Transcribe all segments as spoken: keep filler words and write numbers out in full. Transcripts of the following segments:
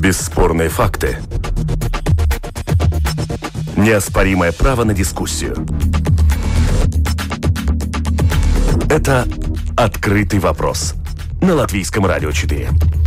Бесспорные факты. Неоспоримое право на дискуссию. Это «Открытый вопрос» на Латвийском радио четыре.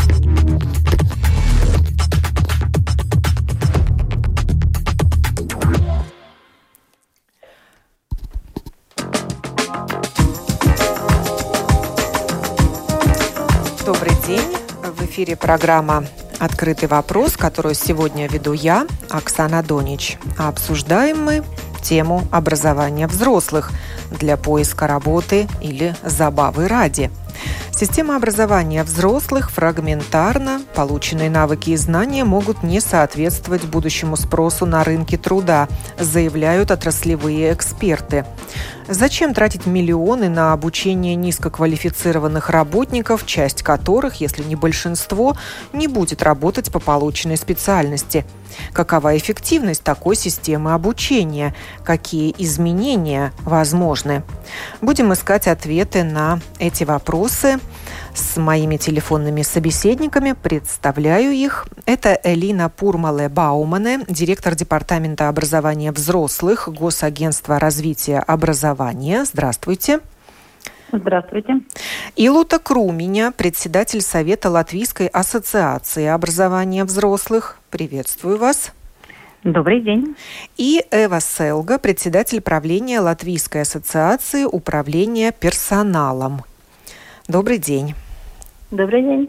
Добрый день. В эфире программа «Открытый вопрос», которую сегодня веду я, Оксана Донич. А обсуждаем мы тему образования взрослых для поиска работы или забавы ради. Система образования взрослых фрагментарна, полученные навыки и знания могут не соответствовать будущему спросу на рынке труда, заявляют отраслевые эксперты. Зачем тратить миллионы на обучение низкоквалифицированных работников, часть которых, если не большинство, не будет работать по полученной специальности? Какова эффективность такой системы обучения? Какие изменения возможны? Будем искать ответы на эти вопросы с моими телефонными собеседниками. Представляю их. Это Элина Пурмале-Баумане, директор Департамента образования взрослых Госагентства развития образования. Здравствуйте. Здравствуйте. Илута Круменя, председатель Совета Латвийской ассоциации образования взрослых. Приветствую вас. Добрый день. И Эва Селга, председатель правления Латвийской ассоциации управления персоналом. Добрый день. Добрый день.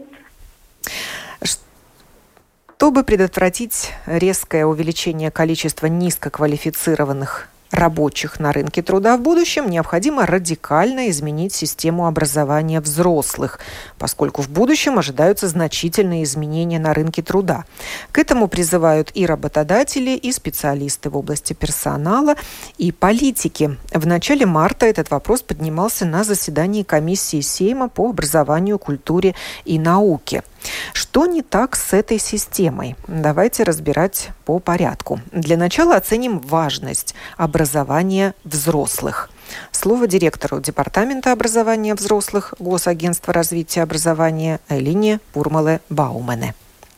Чтобы предотвратить резкое увеличение количества низкоквалифицированных рабочих на рынке труда в будущем, необходимо радикально изменить систему образования взрослых, поскольку в будущем ожидаются значительные изменения на рынке труда. К этому призывают и работодатели, и специалисты в области персонала, и политики. В начале марта этот вопрос поднимался на заседании комиссии Сейма по образованию, культуре и науке. Что не так с этой системой? Давайте разбирать по порядку. Для начала оценим важность образования взрослых. Слово директору Департамента образования взрослых Госагентства развития образования Элине Пурмале-Баумане.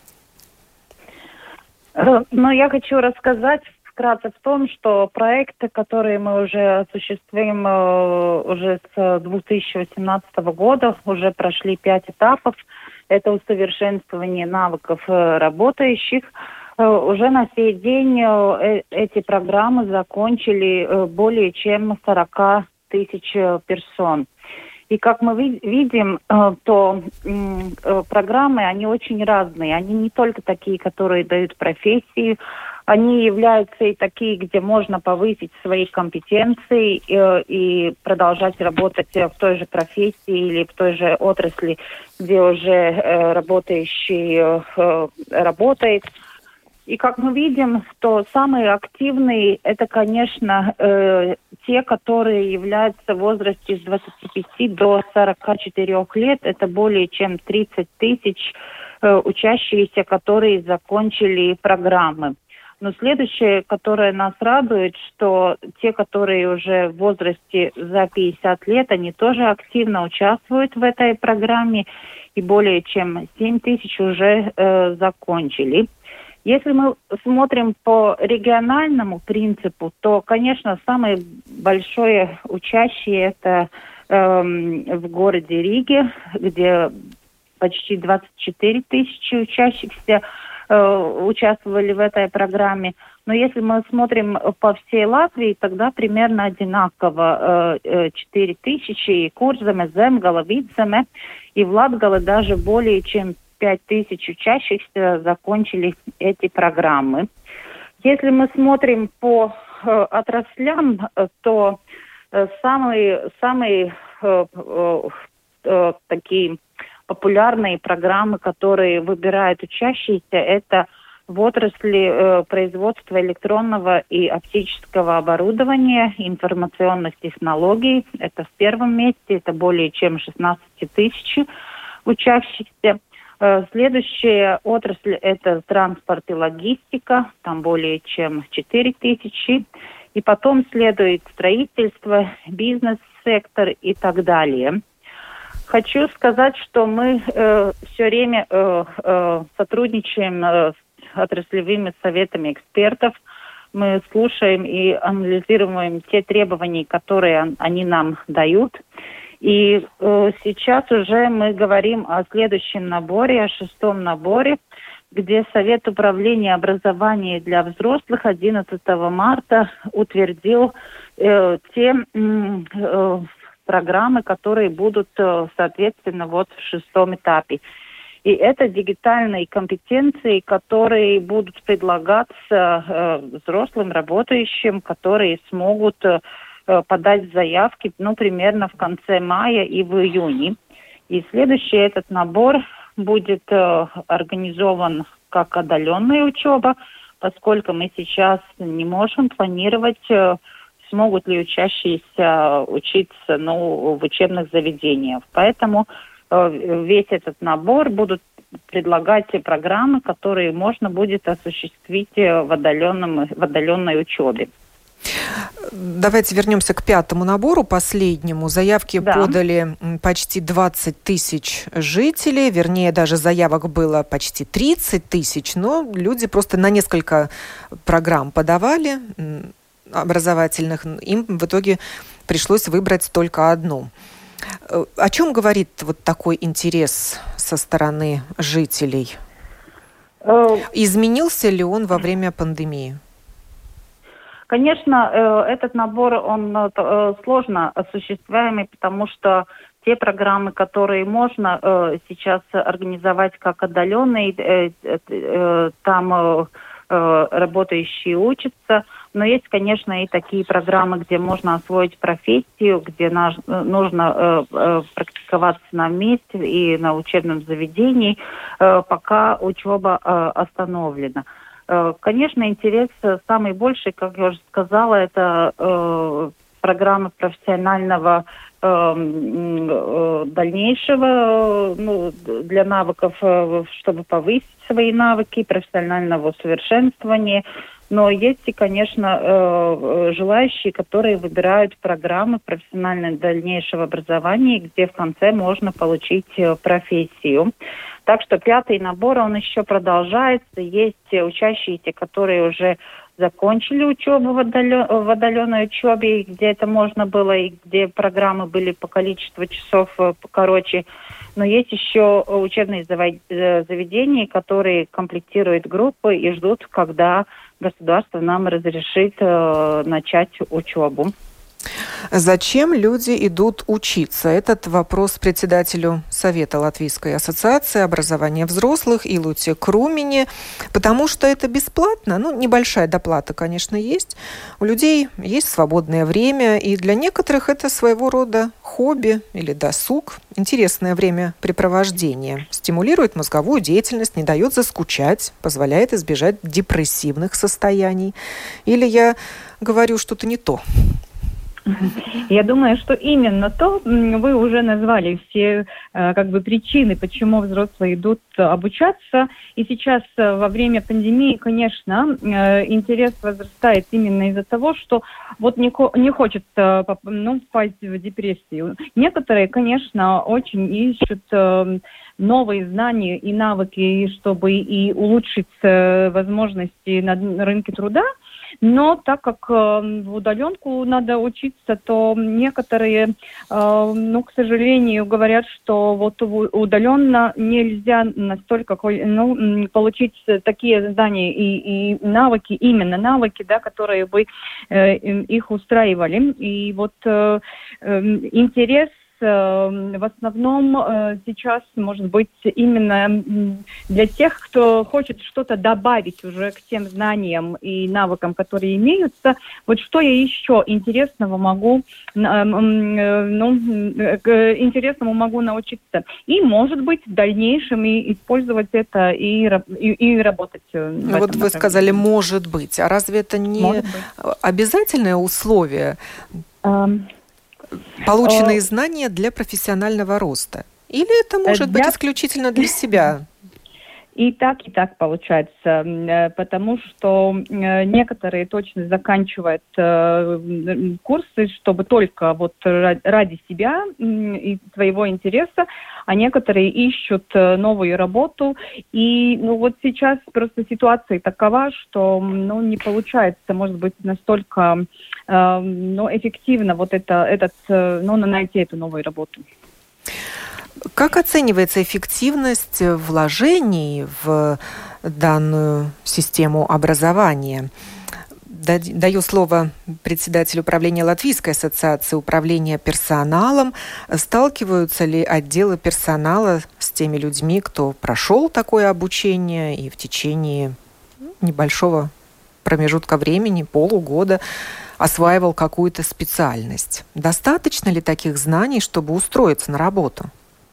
Ну, я хочу рассказать вкратце в том, что проекты, которые мы уже осуществим уже с две тысячи восемнадцатого года, уже прошли пять этапов. Это усовершенствование навыков работающих. Уже на сей день эти программы закончили более чем сорок тысяч персон. И как мы видим, то программы, они очень разные. Они не только такие, которые дают профессии, они являются и такие, где можно повысить свои компетенции и, и продолжать работать в той же профессии или в той же отрасли, где уже э, работающий э, работает. И как мы видим, то самые активные, это, конечно, э, те, которые являются в возрасте с двадцати пяти до сорока четырёх лет. Это более чем тридцать тысяч э, учащихся, которые закончили программы. Но следующее, которое нас радует, что те, которые уже в возрасте за пятьдесят лет, они тоже активно участвуют в этой программе, и более чем семь тысяч уже э, закончили. Если мы смотрим по региональному принципу, то, конечно, самое большое учащие это э, в городе Риге, где почти двадцать четыре тысячи учащихся участвовали в этой программе. Но если мы смотрим по всей Латвии, тогда примерно одинаково четыре тысячи, и Курземе, Земгала, Видземе, и в Латгале даже более чем пять тысяч учащихся закончили эти программы. Если мы смотрим по отраслям, то самые, самые такие популярные программы, которые выбирают учащиеся, это в отрасли э, производства электронного и оптического оборудования, информационных технологий. Это в первом месте, это более чем шестнадцать тысяч учащихся. Э, следующая отрасль – это транспорт и логистика, там более чем четыре тысячи. И потом следует строительство, бизнес-сектор и так далее. Хочу сказать, что мы э, все время э, э, сотрудничаем э, с отраслевыми советами экспертов. Мы слушаем и анализируем те требования, которые они нам дают. И э, сейчас уже мы говорим о следующем наборе, о шестом наборе, где Совет управления образования для взрослых одиннадцатого марта утвердил э, те э, программы, которые будут, э, соответственно, вот в шестом этапе. И это дигитальные компетенции, которые будут предлагаться э, взрослым работающим, которые смогут э, подать заявки, ну, примерно в конце мая и в июне. И следующий этот набор будет э, организован как отдаленная учеба, поскольку мы сейчас не можем планировать, э, смогут ли учащиеся учиться, ну, в учебных заведениях. Поэтому весь этот набор будут предлагать программы, которые можно будет осуществить в, отдаленном, в отдаленной учебе. Давайте вернемся к пятому набору, последнему. Заявки да. подали почти двадцать тысяч жителей, вернее, даже заявок было почти тридцать тысяч, но люди просто на несколько программ подавали образовательных, им в итоге пришлось выбрать только одну. О чем говорит вот такой интерес со стороны жителей? Изменился ли он во время пандемии? Конечно, этот набор, он сложно осуществляемый, потому что те программы, которые можно сейчас организовать как отдаленные, там работающие учатся, но есть, конечно, и такие программы, где можно освоить профессию, где на, нужно э, э, практиковаться на месте и на учебном заведении, э, пока учеба э, остановлена. Э, конечно, интерес самый больший, как я уже сказала, это э, программы профессионального э, э, дальнейшего, ну, для навыков, э, чтобы повысить свои навыки, профессионального усовершенствования. Но есть и, конечно, э, желающие, которые выбирают программы профессионального дальнейшего образования, где в конце можно получить профессию. Так что пятый набор, он еще продолжается. Есть учащиеся, которые уже закончили учебу в, отдален... в отдаленной учебе, где это можно было, и где программы были по количеству часов покороче. Но есть еще учебные заведения, которые комплектируют группы и ждут, когда государство нам разрешит э, начать учебу. Зачем люди идут учиться? Этот вопрос председателю Совета Латвийской ассоциации образования взрослых Илуте Крумине, потому что это бесплатно. Ну, небольшая доплата, конечно, есть. У людей есть свободное время, и для некоторых это своего рода хобби или досуг. Интересное времяпрепровождение. Стимулирует мозговую деятельность, не дает заскучать, позволяет избежать депрессивных состояний. Или я говорю что-то не то? Я думаю, что именно то вы уже назвали все как бы причины, почему взрослые идут обучаться. И сейчас во время пандемии, конечно, интерес возрастает именно из-за того, что вот не, не хочется, ну, впасть в депрессию. Некоторые, конечно, очень ищут новые знания и навыки, чтобы и улучшить возможности на рынке труда. Но так как э, в удаленку надо учиться, то некоторые, э, ну, к сожалению, говорят, что вот удаленно нельзя настолько, ну, получить такие знания и, и навыки, именно навыки, да, которые бы э, их устраивали. И вот э, э, интерес в основном сейчас может быть именно для тех, кто хочет что-то добавить уже к тем знаниям и навыкам, которые имеются. Вот что я еще интересного могу, ну, интересному могу научиться. И, может быть, в дальнейшем и использовать это и, и, и работать. Вот вы сказали «может быть». А разве это не обязательное условие? Полученные знания для профессионального роста? Или это может для... быть исключительно для себя? И так, и так получается, потому что некоторые точно заканчивают курсы, чтобы только вот ради себя и своего интереса, а некоторые ищут новую работу. И ну, вот сейчас просто ситуация такова, что ну, не получается, может быть, настолько ну, эффективно вот это, этот, ну, найти эту новую работу. Как оценивается эффективность вложений в данную систему образования? Даю слово председателю управления Латвийской ассоциации управления персоналом. Сталкиваются ли отделы персонала с теми людьми, кто прошел такое обучение и в течение небольшого промежутка времени, полугода, осваивал какую-то специальность? Достаточно ли таких знаний, чтобы устроиться на работу?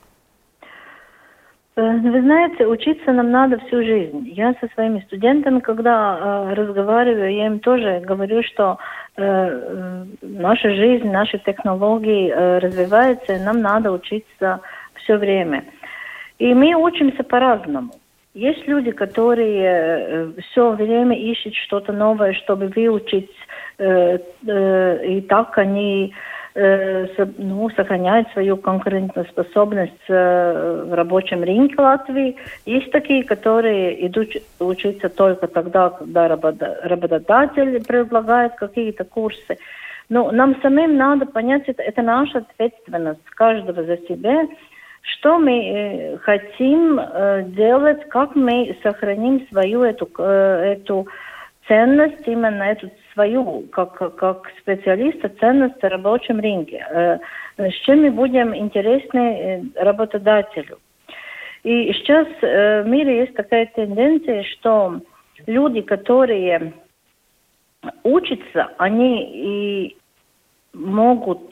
Вы знаете, учиться нам надо всю жизнь. Я со своими студентами, когда э, разговариваю, я им тоже говорю, что э, наша жизнь, наши технологии э, развиваются, и нам надо учиться все время. И мы учимся по-разному. Есть люди, которые э, все время ищут что-то новое, чтобы выучить, э, э, и так они ну, сохраняют свою конкурентоспособность в рабочем рынке Латвии. Есть такие, которые идут учиться только тогда, когда работодатель предлагает какие-то курсы. Но нам самим надо понять, это, это наша ответственность каждого за себя, что мы хотим делать, как мы сохраним свою эту, эту ценность, именно эту свою, как, как специалиста, ценность в рабочем рынке. С чем мы будем интересны работодателю. И сейчас в мире есть такая тенденция, что люди, которые учатся, они и могут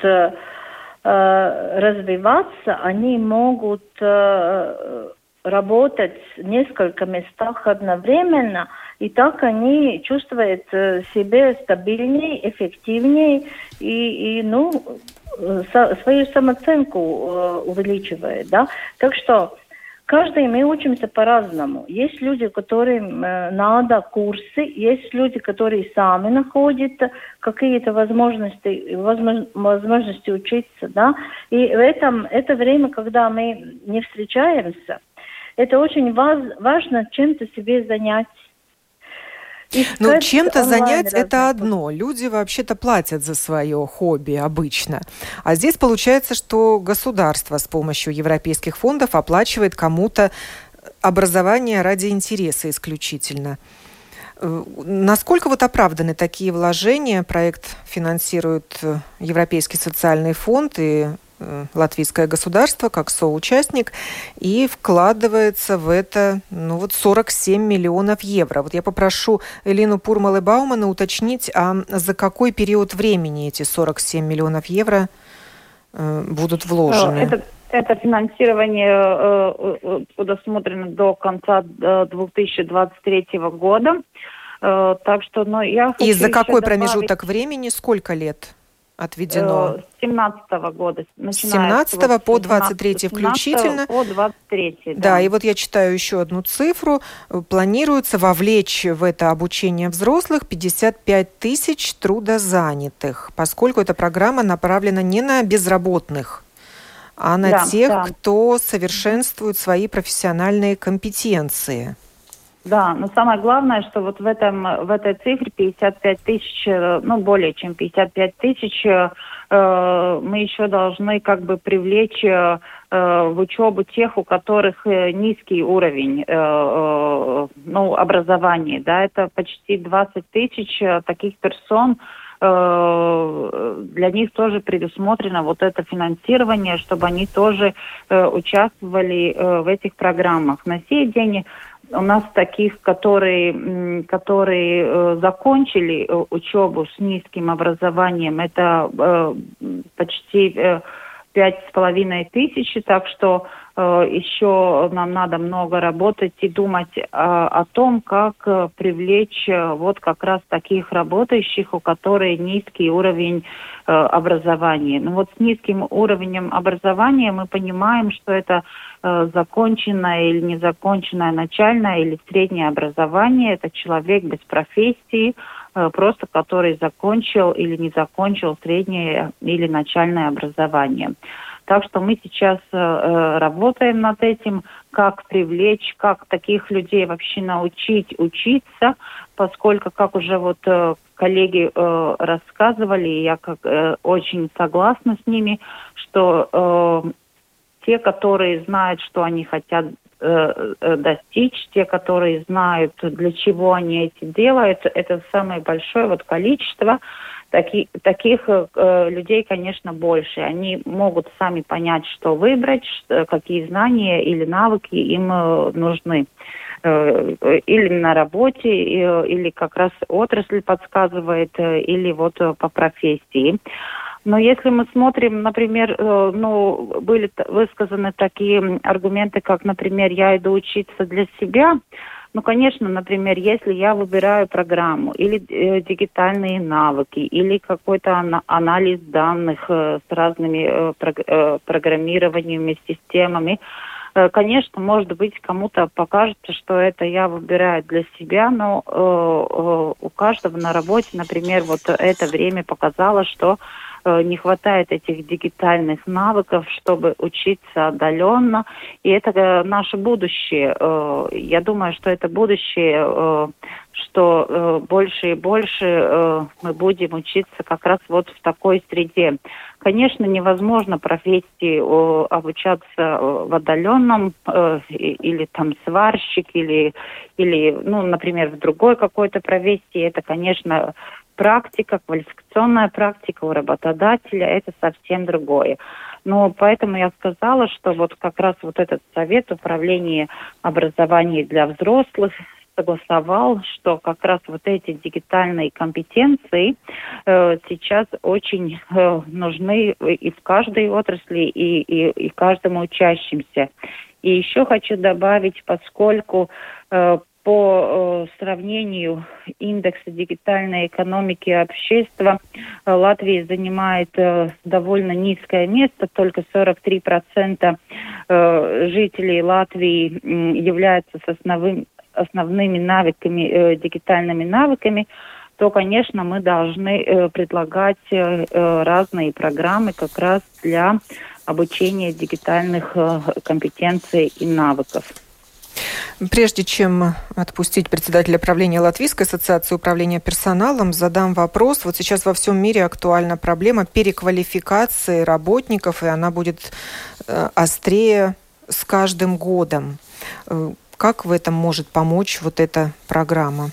развиваться, они могут работать в нескольких местах одновременно, и так они чувствуют себя стабильнее, эффективнее и, и ну, со, свою самооценку увеличивает. Да? Так что каждый мы учимся по-разному. Есть люди, которым надо курсы, есть люди, которые сами находят какие-то возможности, возможности учиться. Да? И в этом это время, когда мы не встречаемся, это очень важно чем-то себе занять. Ну, чем-то занять – это одно. Люди вообще-то платят за свое хобби обычно. А здесь получается, что государство с помощью европейских фондов оплачивает кому-то образование ради интереса исключительно. Насколько вот оправданы такие вложения? Проект финансирует Европейский социальный фонд и латвийское государство как соучастник, и вкладывается в это ну, вот сорок семь миллионов евро. Вот я попрошу Элину Пурмалы-Баумана уточнить, а за какой период времени эти сорок семь миллионов евро э, будут вложены? Это, это финансирование э, предусмотрено до конца две тысячи двадцать третьего года. Э, так что, ну, я хочу и за какой добавить... промежуток времени, сколько лет отведено? С семнадцатого года. С семнадцатого по двадцать третий включительно. По двадцать третий, да. Да, и вот я читаю еще одну цифру. Планируется вовлечь в это обучение взрослых пятьдесят пять тысяч трудозанятых, поскольку эта программа направлена не на безработных, а на да, тех, да. кто совершенствует свои профессиональные компетенции. Да, но самое главное, что вот в этом в этой цифре пятьдесят пять тысяч, ну более чем пятьдесят пять тысяч, э, мы еще должны как бы привлечь э, в учебу тех, у которых низкий уровень э, э, ну, образования. Да, это почти двадцать тысяч таких персон. Э, для них тоже предусмотрено вот это финансирование, чтобы они тоже э, участвовали э, в этих программах. На сей день у нас таких, которые, которые э, закончили э, учебу с низким образованием, это э, почти э, пять с половиной тысяч, так что э, еще нам надо много работать и думать э, о том, как э, привлечь э, вот как раз таких работающих, у которых низкий уровень э, образования. Ну вот с низким уровнем образования мы понимаем, что это э, законченное или незаконченное начальное или среднее образование, это человек без профессии, просто который закончил или не закончил среднее или начальное образование. Так что мы сейчас э, работаем над этим, как привлечь, как таких людей вообще научить учиться, поскольку, как уже вот э, коллеги э, рассказывали, я как, э, очень согласна с ними, что э, те, которые знают, что они хотят достичь, те, которые знают, для чего они это делают, это самое большое вот количество. Таки, таких э, людей, конечно, больше. Они могут сами понять, что выбрать, что, какие знания или навыки им э, нужны. Э, или на работе, э, или как раз отрасль подсказывает, э, или вот э, по профессии. Но если мы смотрим, например, ну, были высказаны такие аргументы, как, например, я иду учиться для себя. Ну, конечно, например, если я выбираю программу или э, дигитальные навыки, или какой-то ана- анализ данных э, с разными э, прог- э, программированиями, системами, э, конечно, может быть, кому-то покажется, что это я выбираю для себя, но э, э, у каждого на работе, например, вот это время показало, что не хватает этих дигитальных навыков, чтобы учиться удаленно. И это наше будущее. Я думаю, что это будущее, что больше и больше мы будем учиться как раз вот в такой среде. Конечно, невозможно профессии обучаться в удаленном, или там сварщик, или, или, ну, например, в другой какой-то профессии. Это, конечно, практика, квалификационная практика у работодателя, это совсем другое. Но поэтому я сказала, что вот как раз вот этот совет управления образованием для взрослых согласовал, что как раз вот эти дигитальные компетенции э, сейчас очень э, нужны и в каждой отрасли, и, и, и каждому учащимся. И еще хочу добавить, поскольку э, по э, сравнению индекса дигитальной экономики общества э, Латвия занимает э, довольно низкое место, только сорок три процента э, жителей Латвии э, являются с основным, основными навыками, э, дигитальными навыками, то, конечно, мы должны э, предлагать э, разные программы как раз для обучения дигитальных э, компетенций и навыков. Прежде чем отпустить председателя правления Латвийской ассоциации управления персоналом, задам вопрос. Вот сейчас во всем мире актуальна проблема переквалификации работников, и она будет э, острее с каждым годом. Э, как в этом может помочь вот эта программа?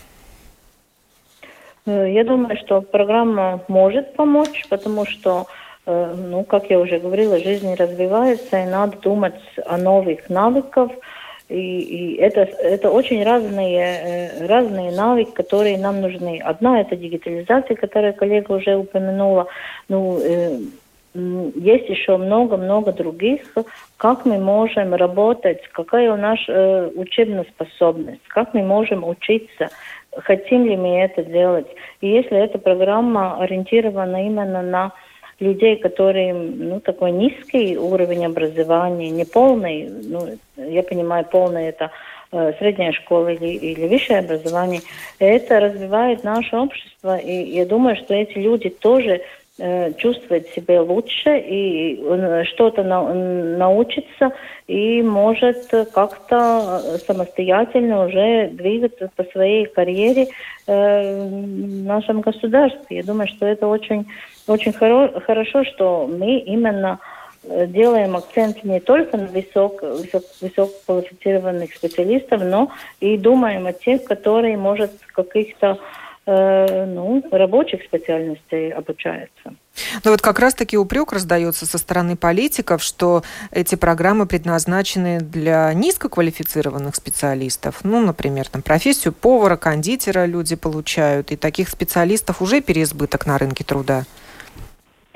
Я думаю, что программа может помочь, потому что, э, ну, как я уже говорила, жизнь развивается, и надо думать о новых навыках. И, и это, это очень разные, разные навыки, которые нам нужны. Одна – это дигитализация, которую коллега уже упомянула. Ну, э, есть еще много-много других. Как мы можем работать, какая у нас э, учебная способность, как мы можем учиться, хотим ли мы это делать. И если эта программа ориентирована именно на людей, которые, ну, такой низкий уровень образования, не полный, ну, я понимаю, полный это э, средняя школа или, или высшее образование, это развивает наше общество, и я думаю, что эти люди тоже э, чувствуют себя лучше и э, что-то на, научится и может как-то самостоятельно уже двигаться по своей карьере э, в нашем государстве. Я думаю, что это очень Очень хоро- хорошо, что мы именно делаем акцент не только на высок, высок, высококвалифицированных специалистов, но и думаем о тех, которые, может, каких-то э, ну, рабочих специальностей обучаются. Но вот как раз-таки упрек раздается со стороны политиков, что эти программы предназначены для низкоквалифицированных специалистов. Ну, например, там, профессию повара, кондитера люди получают, и таких специалистов уже переизбыток на рынке труда.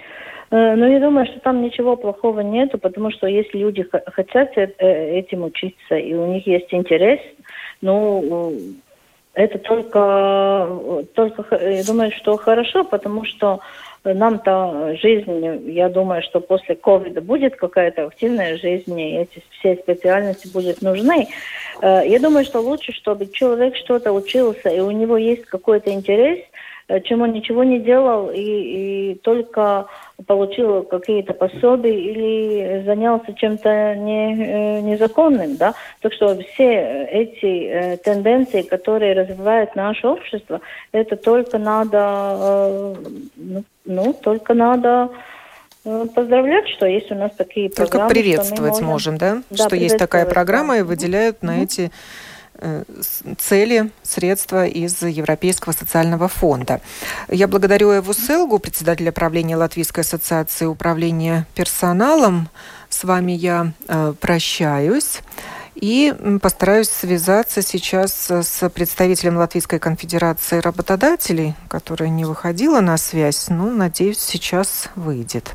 Но я думаю, что там ничего плохого нету, потому что если люди хотят этим учиться, и у них есть интерес, ну, это только, только, я думаю, что хорошо, потому что нам-то жизнь, я думаю, что после ковида будет какая-то активная жизнь, и эти все специальности будут нужны. Я думаю, что лучше, чтобы человек что-то учился, и у него есть какой-то интерес, чем он ничего не делал и, и только получил какие-то пособия или занялся чем-то не, незаконным, да. Так что все эти э, тенденции, которые развивает наше общество, это только надо, э, ну, ну, только надо э, поздравлять, что есть у нас такие только программы. Только приветствовать можем, можем, да? Да, что есть такая программа, да. И выделяют mm-hmm. на эти цели, средства из Европейского социального фонда. Я благодарю Эву Селгу, председателя правления Латвийской ассоциации управления персоналом. С вами я э, прощаюсь и постараюсь связаться сейчас с представителем Латвийской конфедерации работодателей, которая не выходила на связь, но, надеюсь, сейчас выйдет.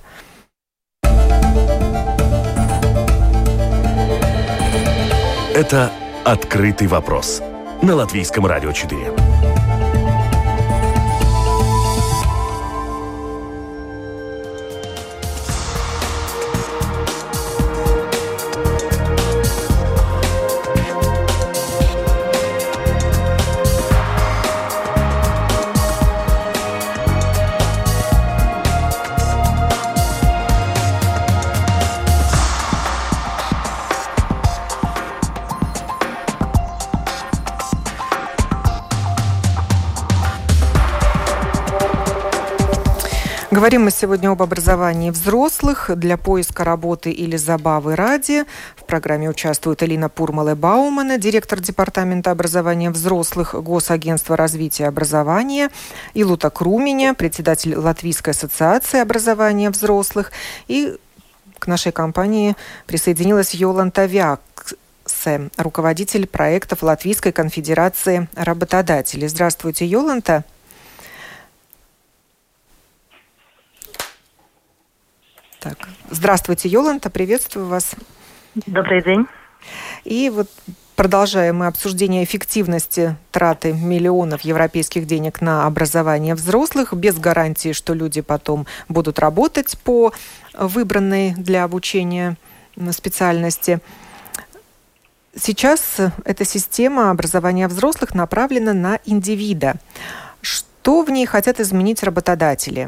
Это «Открытый вопрос» на Латвийском радио четыре. Говорим мы сегодня об образовании взрослых для поиска работы или забавы ради. В программе участвуют Элина Пурмале-Баумана, директор департамента образования взрослых Госагентства развития образования, Илута Круменя, председатель Латвийской ассоциации образования взрослых. И к нашей компании присоединилась Йоланта Вяксе, руководитель проектов Латвийской конфедерации работодателей. Здравствуйте, Йоланта. Так. Здравствуйте, Йоланта, приветствую вас. Добрый день. И вот продолжаем мы обсуждение эффективности траты миллионов европейских денег на образование взрослых, без гарантии, что люди потом будут работать по выбранной для обучения специальности. Сейчас эта система образования взрослых направлена на индивида. Что в ней хотят изменить работодатели?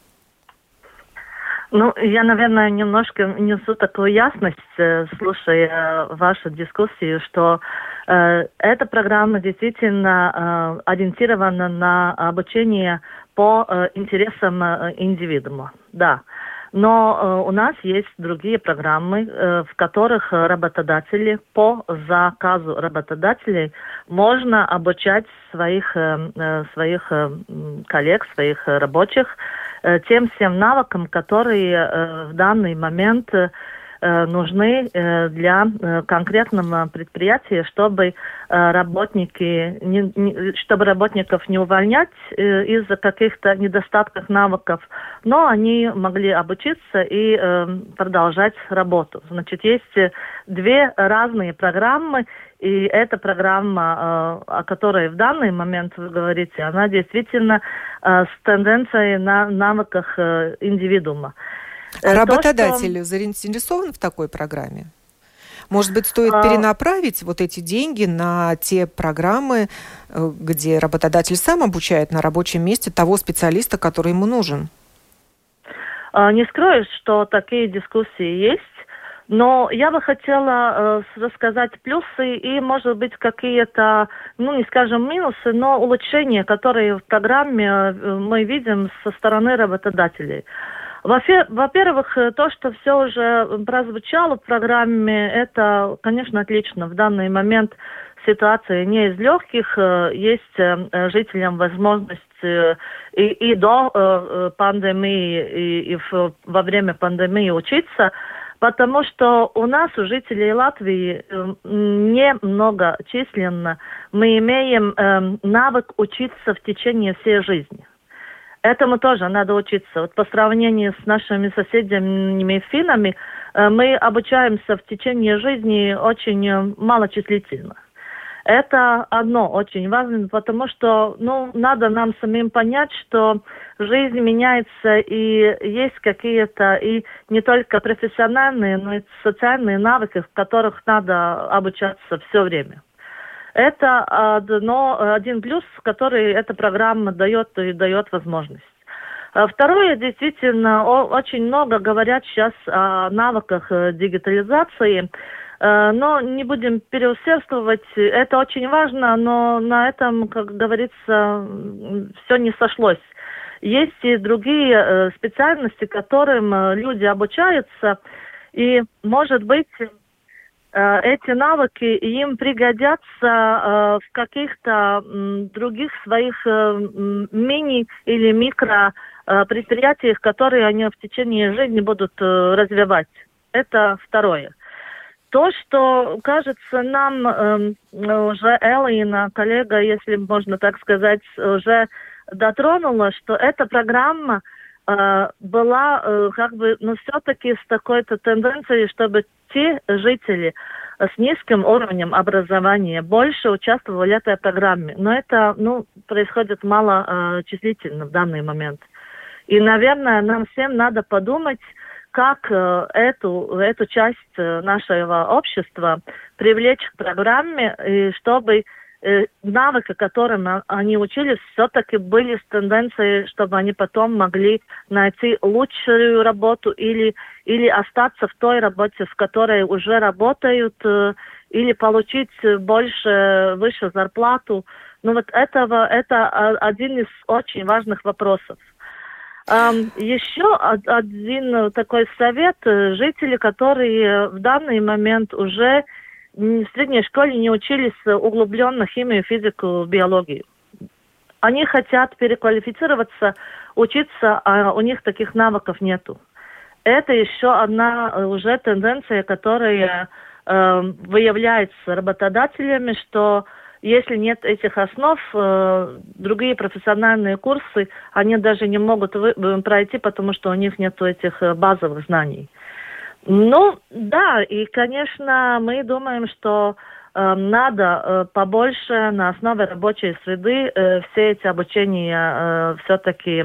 Ну, я, наверное, немножко несу такую ясность, слушая вашу дискуссию, что э, эта программа действительно э, ориентирована на обучение по э, интересам э, индивидуума, да. Но э, у нас есть другие программы, э, в которых работодатели по заказу работодателей можно обучать своих, э, своих э, коллег, своих рабочих э, тем всем навыкам, которые э, в данный момент э, нужны э, для э, конкретного предприятия, чтобы э, работники, не, не, чтобы работников не увольнять э, из-за каких-то недостатков навыков, но они могли обучиться и э, продолжать работу. Значит, есть две разные программы, и эта программа, э, о которой в данный момент вы говорите, она действительно э, с тенденцией на навыках э, индивидуума. Работодатель То, что... заинтересован в такой программе? Может быть, стоит а... перенаправить вот эти деньги на те программы, где работодатель сам обучает на рабочем месте того специалиста, который ему нужен? А, не скрою, что такие дискуссии есть, но я бы хотела э, рассказать плюсы и, может быть, какие-то, ну, не скажем минусы, но улучшения, которые в программе мы видим со стороны работодателей. Во-первых, то, что все уже прозвучало в программе, это, конечно, отлично. В данный момент ситуация не из легких. Есть жителям возможность и, и до пандемии, и, и в, во время пандемии учиться, потому что у нас, у жителей Латвии, немного численно, мы имеем навык учиться в течение всей жизни. Этому тоже надо учиться. Вот по сравнению с нашими соседями финнами, мы обучаемся в течение жизни очень малочислительно. Это одно очень важно, потому что ну, надо нам самим понять, что жизнь меняется, и есть какие-то и не только профессиональные, но и социальные навыки, в которых надо обучаться все время. Это одно, один плюс, который эта программа дает и дает возможность. Второе, действительно, очень много говорят сейчас о навыках дигитализации, но не будем переусердствовать. Это очень важно, но на этом, как говорится, все не сошлось. Есть и другие специальности, которым люди обучаются, и, может быть, эти навыки им пригодятся в каких-то других своих мини- или микро предприятиях, которые они в течение жизни будут развивать. Это второе. То, что, кажется, нам э, уже Элина, коллега, если можно так сказать, уже дотронула, что эта программа э, была э, как бы, ну, все-таки с такой-то тенденцией, чтобы те жители с низким уровнем образования больше участвовали в этой программе. Но это, ну, происходит малочислительно в данный момент. И, наверное, нам всем надо подумать, как э, эту, эту часть э, нашего общества привлечь к программе, и чтобы э, навыки, которым они учились, все-таки были с тенденцией, чтобы они потом могли найти лучшую работу или, или остаться в той работе, в которой уже работают, э, или получить больше, выше зарплату. Ну вот этого, это один из очень важных вопросов. Um, еще один такой совет. Жители, которые в данный момент уже в средней школе не учились углубленно химию, физику, биологию. Они хотят переквалифицироваться, учиться, а у них таких навыков нету. Это еще одна уже тенденция, которая э, выявляется работодателями, что если нет этих основ, э, другие профессиональные курсы, они даже не могут вы, пройти, потому что у них нет этих базовых знаний. Ну, да, и, конечно, мы думаем, что э, надо э, побольше на основе рабочей среды э, все эти обучения э, все-таки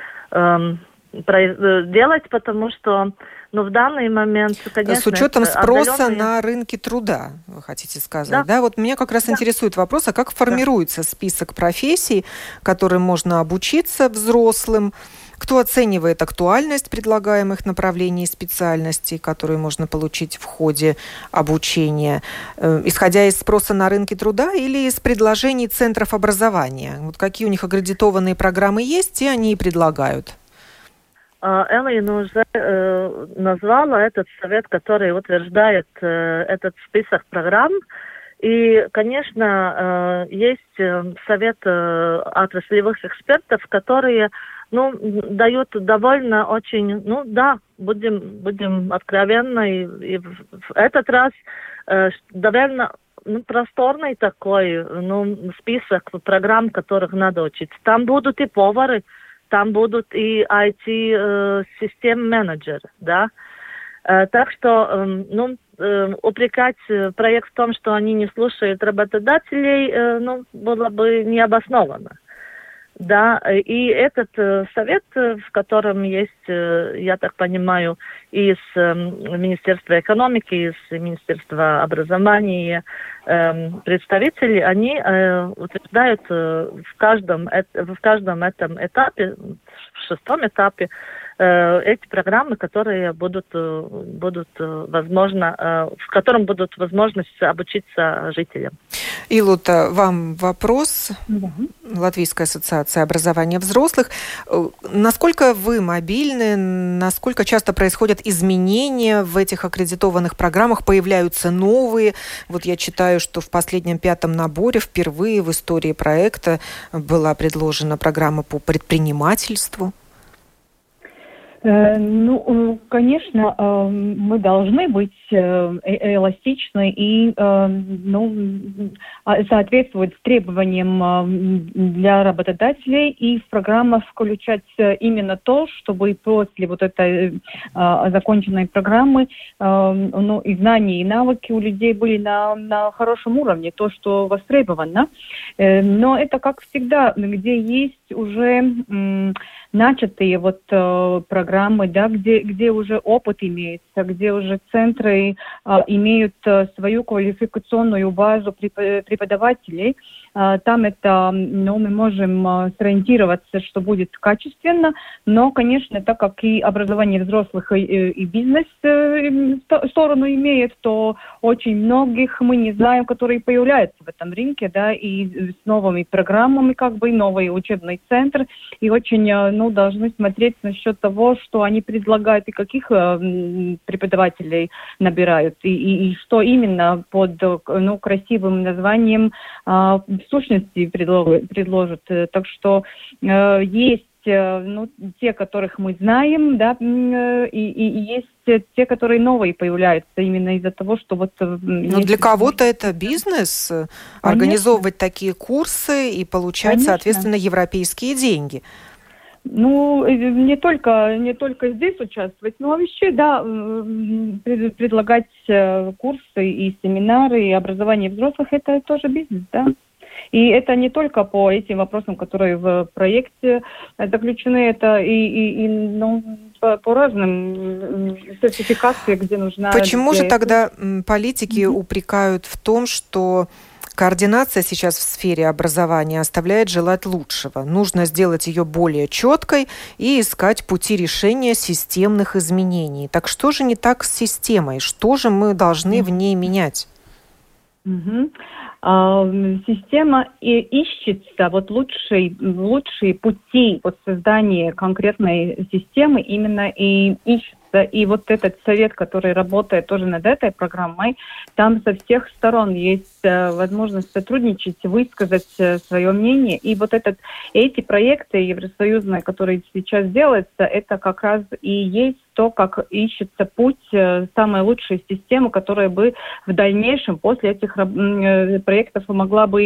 э, делать, потому что ну, в данный момент, конечно... С учетом спроса отдаленные... на рынке труда, вы хотите сказать, да? Да. Да, вот меня как раз да. интересует вопрос, а как формируется да. список профессий, которым можно обучиться взрослым? Кто оценивает актуальность предлагаемых направлений и специальностей, которые можно получить в ходе обучения, э, исходя из спроса на рынке труда или из предложений центров образования? Вот какие у них аккредитованные программы есть, и они и предлагают. Элина уже э, назвала этот совет, который утверждает э, этот список программ. И, конечно, э, есть совет э, отраслевых экспертов, которые ну, дают довольно очень, ну да, будем, будем откровенны, и, и в, в этот раз э, довольно ну, просторный такой ну, список программ, которых надо учить. Там будут и повары, там будут и ай ти-систем-менеджеры, да. Э, так что, э, ну, э, упрекать проект в том, что они не слушают работодателей, э, ну, было бы необоснованно. Да, и этот э, совет, в котором есть, э, я так понимаю, из э, Министерства экономики, из Министерства образования э, представители, они э, утверждают э, в каждом, э, в каждом этом этапе, в шестом этапе, э, эти программы, которые будут, э, будут э, возможно, э, в котором будут возможность обучиться жителям. Илута, вам вопрос. Да. Латвийская ассоциация образования взрослых. Насколько вы мобильны, насколько часто происходят изменения в этих аккредитованных программах, появляются новые? Вот я читаю, что в последнем пятом наборе впервые в истории проекта была предложена программа по предпринимательству. Ну, конечно, мы должны быть эластичны и ну, соответствовать требованиям для работодателей и в программах включать именно то, чтобы после вот этой законченной программы ну, и знания, и навыки у людей были на, на хорошем уровне, то, что востребовано. Но это, как всегда, где есть уже начатые вот э, программы, да, где, где уже опыт имеется, где уже центры э, имеют э, свою квалификационную базу преподавателей. Э, там это, ну, мы можем э, сориентироваться, что будет качественно, но, конечно, так как и образование взрослых, и, и бизнес э, сторону имеет, то очень многих мы не знаем, которые появляются в этом рынке, да, и с новыми программами, как бы, новый учебный центр, и очень, ну, должны смотреть насчет того, что они предлагают и каких э, преподавателей набирают, и, и, и что именно под, ну, красивым названием э, в сущности предложат. предложат. Так что э, есть ну, те, которых мы знаем, да, и, и, и есть те, которые новые появляются именно из-за того, что вот... Ну, для кого-то это бизнес, конечно, организовывать такие курсы и получать, конечно, соответственно, европейские деньги. Ну, не только, не только здесь участвовать, но вообще, да, предлагать курсы и семинары, и образование взрослых, это тоже бизнес, да. И это не только по этим вопросам, которые в проекте заключены, это и, и, и ну, по, по разным сертификациям, где нужна... Почему же тогда политики mm-hmm. упрекают в том, что координация сейчас в сфере образования оставляет желать лучшего? Нужно сделать ее более четкой и искать пути решения системных изменений. Так что же не так с системой? Что же мы должны mm-hmm. в ней менять? Mm-hmm. Система и ищется вот лучшие, лучшие пути вот создания конкретной системы именно и ищется. И вот этот совет, который работает тоже над этой программой, там со всех сторон есть возможность сотрудничать, высказать свое мнение. И вот этот, эти проекты евросоюзные, которые сейчас делаются, это как раз и есть то, как ищется путь самой лучшей системы, которая бы в дальнейшем после этих проектов могла бы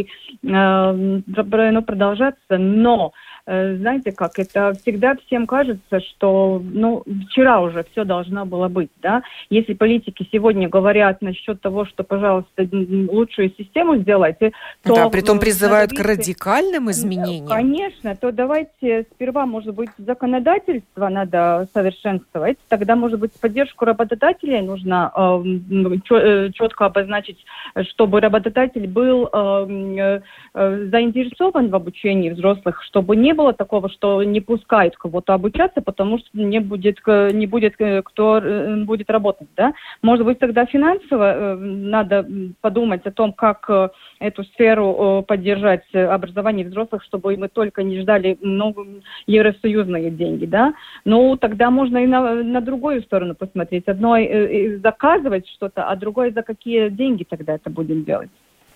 ну, продолжаться. Но знаете как, это всегда всем кажется, что ну, вчера уже все должно было быть, да. Если политики сегодня говорят насчет того, что, пожалуйста, лучшую систему сделайте, то... Да, притом призывают к радикальным изменениям. Конечно, то давайте сперва, может быть, законодательство надо совершенствовать, тогда, может быть, поддержку работодателей нужно э, четко обозначить, чтобы работодатель был э, э, заинтересован в обучении взрослых, чтобы не было такого, что не пускают кого-то обучаться, потому что не будет, не будет кто будет работать, да. Может быть, тогда финансово надо подумать о том, как эту сферу поддержать, образование взрослых, чтобы мы только не ждали ну, евросоюзные деньги, да. Ну, тогда можно и на, на другую сторону посмотреть. Одно заказывать что-то, а другое за какие деньги тогда это будем делать.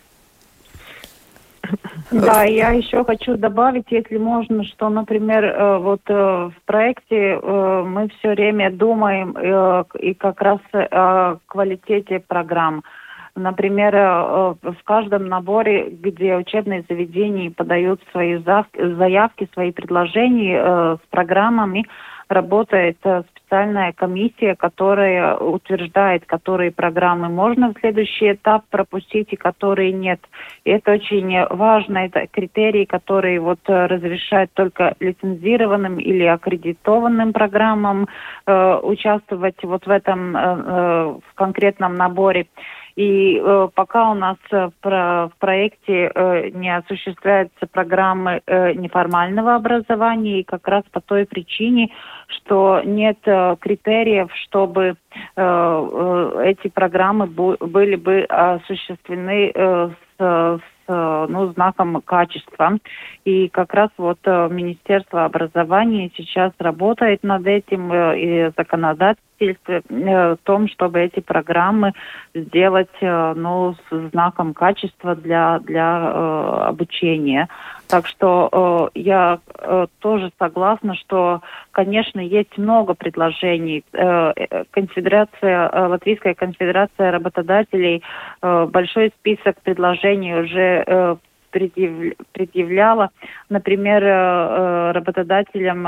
Да, я еще хочу добавить, если можно, что, например, вот в проекте мы все время думаем и как раз о квалитете программ. Например, в каждом наборе, где учебные заведения подают свои заявки, свои предложения с программами, работает специальная комиссия, которая утверждает, которые программы можно в следующий этап пропустить и которые нет. И это очень важно, это критерии, которые вот разрешают только лицензированным или аккредитованным программам э, участвовать вот в этом э, в конкретном наборе. И э, пока у нас э, про, в проекте э, не осуществляются программы э, неформального образования, и как раз по той причине, что нет э, критериев, чтобы э, э, эти программы бу- были бы осуществлены э, с, с ну, знаком качества. И как раз вот э, Министерство образования сейчас работает над этим, э, и законодательство в том, чтобы эти программы сделать ну, с знаком качества для, для э, обучения. Так что э, я э, тоже согласна, что конечно, есть много предложений. Конфедерация, Латвийская конфедерация работодателей большой список предложений уже предъявляла, например, работодателям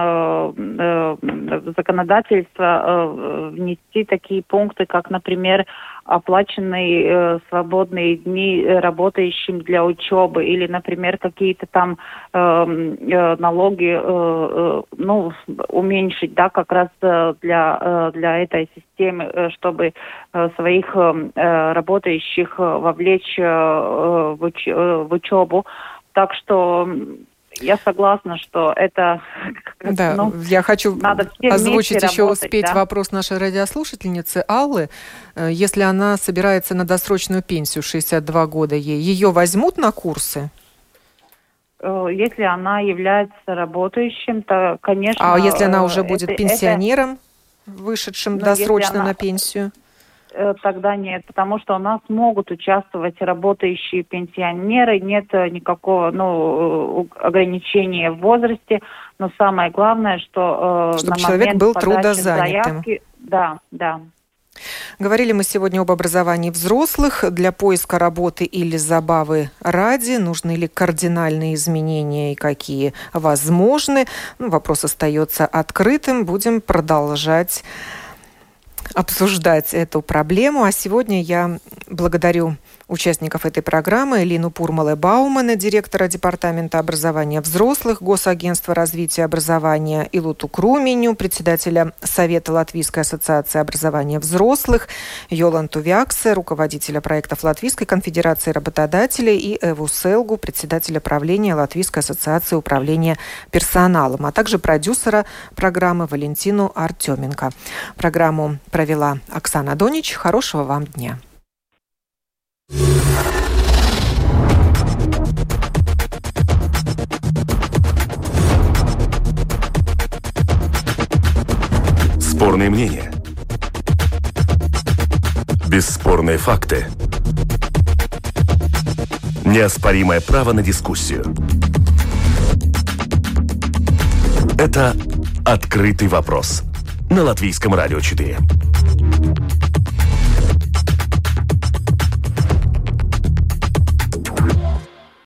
законодательство внести такие пункты, как, например, оплаченные свободные дни работающим для учебы, или, например, какие-то там налоги, ну, уменьшить, да, как раз для, для этой системы, чтобы своих работающих вовлечь в, уч- в учебу. Так что я согласна, что это... Да, ну, я хочу озвучить еще, работать, успеть да? вопрос нашей радиослушательницы Аллы. Если она собирается на досрочную пенсию, шестьдесят два года ей, ее возьмут на курсы? Если она является работающим, то, конечно... А если она уже будет это, пенсионером, вышедшим досрочно она... на пенсию? Тогда нет, потому что у нас могут участвовать работающие пенсионеры, нет никакого, ну, ограничения в возрасте, но самое главное, что чтобы на человек момент был подачи трудозанятым. заявки, да, да. Говорили мы сегодня об образовании взрослых. Для поиска работы или забавы ради нужны ли кардинальные изменения и какие возможны? Ну, вопрос остается открытым. Будем продолжать обсуждать эту проблему. А сегодня я благодарю участников этой программы: Лину Пурмале-Баумана, директора Департамента образования взрослых Госагентства развития образования, Илуту Круменю, председателя Совета Латвийской ассоциации образования взрослых, Йоланту Вяксе, руководителя проектов Латвийской конфедерации работодателей, и Эву Селгу, председателя правления Латвийской ассоциации управления персоналом, а также продюсера программы Валентину Артеменко. Программу провела Оксана Донич. Хорошего вам дня. Спорные мнения. Бесспорные факты. Неоспоримое право на дискуссию. Это «Открытый вопрос» на Латвийском радио четыре.